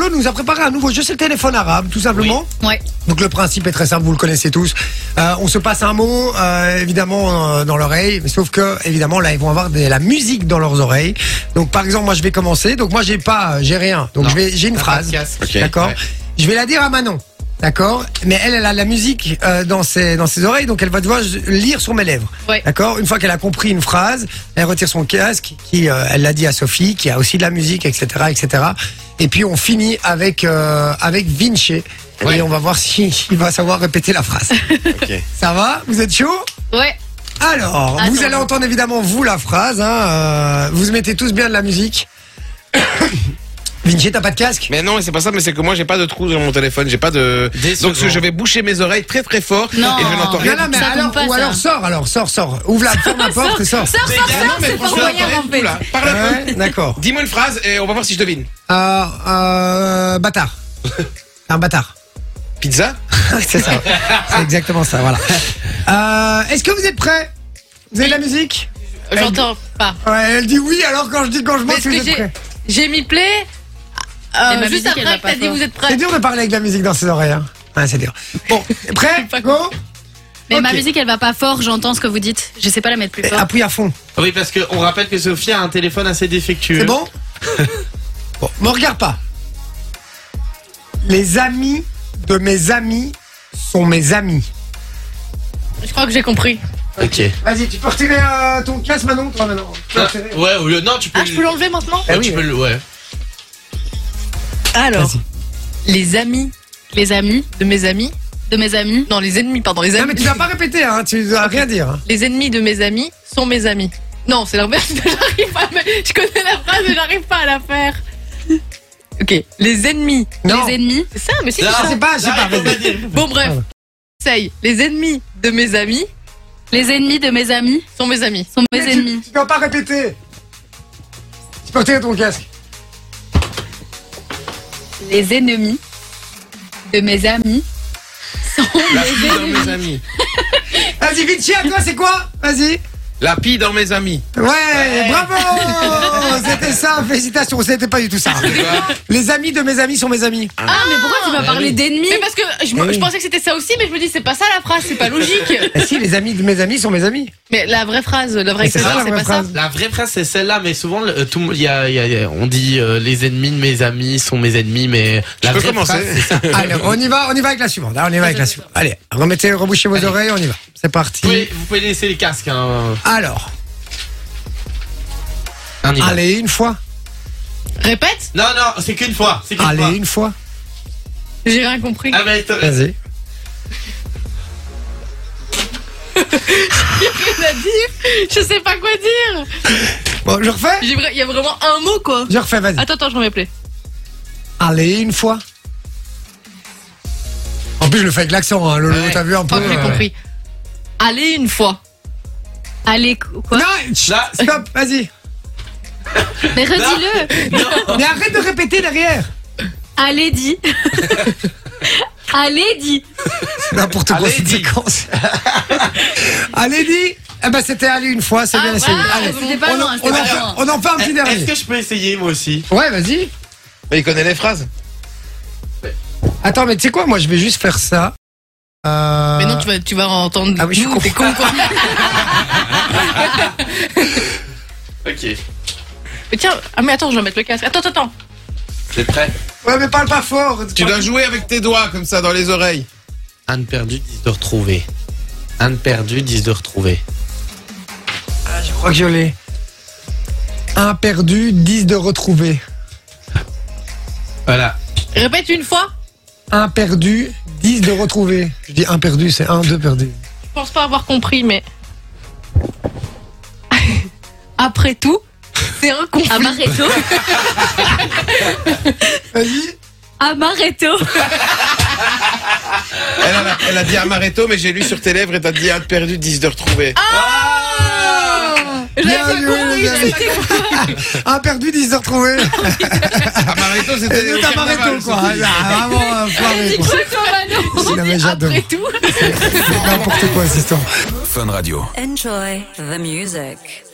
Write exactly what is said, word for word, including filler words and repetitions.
Lolo nous a préparé un nouveau jeu, c'est le téléphone arabe, tout simplement. Oui. Ouais. Donc le principe est très simple, vous le connaissez tous. Euh, on se passe un mot, euh, évidemment, euh, dans l'oreille, mais sauf que, évidemment, là, ils vont avoir de la musique dans leurs oreilles. Donc, par exemple, moi, je vais commencer. Donc, moi, j'ai pas, j'ai rien. Donc, Non, je vais, j'ai une phrase. Okay. D'accord. Ouais. Je vais la dire à Manon. D'accord. Mais elle, elle a la musique euh, dans ses dans ses oreilles, donc elle va devoir lire sur mes lèvres. Ouais. D'accord. Une fois qu'elle a compris une phrase, elle retire son casque, qui euh, elle l'a dit à Sophie, qui a aussi de la musique, et cetera, et cetera. Et puis on finit avec euh, avec Vinci. Ouais. Et on va voir s'il si, va savoir répéter la phrase. Ok. Ça va? Vous êtes chaud? Ouais. Alors, Attends. vous allez entendre évidemment vous la phrase. Hein, euh, vous mettez tous bien de la musique. Vinci, t'as pas de casque? Mais non, mais c'est pas ça, mais c'est que moi j'ai pas de trou dans mon téléphone, j'ai pas de. Décevant. Donc je vais boucher mes oreilles très très fort Non. et je n'entends Non, rien. non, mais Ça alors, compte pas, ou ça. alors sors, alors sors, sors. Ouvre la, ferme la porte et sors. Sors, sors, Mais sors, non, mais c'est pas franchement, moyen rien en du fait. tout, là. Parle un peu. Ouais, d'accord. Dis-moi une phrase et on va voir si je devine. Euh, euh, bâtard. Un bâtard. Pizza? C'est ça. C'est exactement ça, voilà. Euh, est-ce que vous êtes prêts? Vous avez de la musique? J'entends pas. Ouais, elle dit oui, alors quand je dis quand je monte, Parce vous que êtes j'ai prêts. j'ai mis play Et euh, ma juste musique, elle va après que pas t'as dit fort. vous êtes C'est prêts. dur de parler avec de la musique dans ses oreilles, hein. Ouais, c'est dur. Bon, prêt? Go? Mais ma Ok. musique, elle va pas fort, j'entends ce que vous dites. Je sais pas la mettre plus fort. Appuie à fond. Oui, parce qu'on rappelle que Sophie a un téléphone assez défectueux. C'est bon? Bon, me regarde pas. Les amis de mes amis sont mes amis. Je crois que j'ai compris. Ok. Vas-y, tu peux retirer euh, ton casque, Manon, toi, maintenant. Tu peux Ah, retirer. ouais, ou le- non, tu peux. Ah, je peux l'enlever maintenant? Eh Ouais, oui, tu peux le. Ouais. Alors, Vas-y. les amis Les amis de mes amis. de mes amis. Non, les ennemis, pardon, les Non, amis. mais tu dois pas répéter, hein. Tu dois rien dire. hein. Les ennemis de mes amis sont mes amis. Non, c'est l'inverse. J'arrive pas. à me- Je connais la phrase, mais j'arrive pas à la faire. Ok, les ennemis. Non. Les ennemis. C'est ça, mais si. Non, c'est Je ça. sais pas, je sais Non, pas. il faut vas-y. pas dire. Bon, bref. Ah ouais. Essaye. Les ennemis de mes amis Les ennemis de mes amis sont mes amis. sont mes Mais tu- ennemis. Tu dois pas répéter. Tu peux retirer ton casque. Les ennemis de mes amis sont La mes pie dans ennemis. mes amis. Vas-y, Vinci, à toi, c'est quoi? Vas-y. La pie dans mes amis. Ouais, bravo. C'était ça, félicitations. C'était pas du tout ça. C'est quoi? Les amis de mes amis sont mes amis. Ah, mais pourquoi tu m'as Ah, parlé oui. d'ennemis? Mais parce que je, me- Eh oui. je pensais que c'était ça aussi, mais je me dis, c'est pas ça la phrase, c'est pas logique. Eh si, les amis de mes amis sont mes amis. Mais la vraie phrase, la vraie Mais c'est ça, expression, la c'est vraie pas phrase. ça. La vraie phrase c'est celle-là, mais souvent le- tout, il y a, il y a- il y a- on dit euh, les ennemis de mes amis sont mes ennemis, mais la peux vraie commencer. phrase, c'est ça. Allez, on y va, on y va avec la suivante. Allez, on y va avec la suivante. Allez, remettez, rebouchez vos oreilles, on y va. C'est parti. Vous pouvez, vous pouvez laisser les casques. Hein. Alors, On y va. allez, une fois. Répète, Non, non, c'est qu'une fois. C'est qu'une Allez, fois. une fois. j'ai rien compris. Ah, mais t'as- Vas-y. Rien à dire. Je sais pas quoi dire. Bon, je refais. J'ai vra- Il y a vraiment un mot, quoi. Je refais, vas-y. Attends, attends, je remets play. Allez, une fois. En plus, je le fais avec l'accent, hein, Lolo, Ouais. t'as vu un Je peu. crois que j'ai euh, compris. Allez, une fois. Allez, quoi? Non, chut, Là, c'est- stop, vas-y. Mais redis-le. Non. Mais arrête de répéter derrière. Allez, dis. Allez, dis. C'est n'importe quoi Allez, cette dis. séquence. Allez, dis. Eh ben, c'était allé une fois, c'est Ah, bien essayé. voilà, Allez, C'était pas on, en- loin, on c'était en pas fait, loin. on en fait un petit Est-ce dernier. que je peux essayer moi aussi? Ouais, vas-y. Mais il connaît les phrases. Attends, mais tu sais quoi, moi je vais juste faire ça. Euh... Mais non, tu vas, tu vas entendre. Ah oui, je suis nous, con. t'es con, quoi. Ok. Mais tiens, ah, mais attends, je vais mettre le casque. Attends, attends, attends. T'es prêt? Ouais, mais parle pas fort. Tu dois jouer avec tes doigts comme ça dans les oreilles. Un perdu, dix de retrouvé. Un perdu, dix de retrouvé. Ah, je crois que je l'ai. Un perdu, dix de retrouvé. Voilà. Répète une fois. Un perdu, dix de retrouvé. Je dis un perdu, c'est un, deux perdus. Je pense pas avoir compris, mais. Après tout, c'est un conflit. Amaretto. Vas-y. Amaretto. Elle a, elle a dit amaretto, mais j'ai lu sur tes lèvres et t'as dit un de perdu, dix de retrouvé. J'avais Bien pas joué, compris, bien j'avais joué. pas compris. Un perdu, dix de retrouvé. Amaretto, Et c'était nous, au t'as carnaval, Maretto, quoi. Sophie. Ah, vraiment, euh, foiré, Dis quoi. quoi, toi, Manon? Non, mais j'adore. Après tout. C'est n'importe quoi, cette histoire. Fun Radio. Enjoy the music.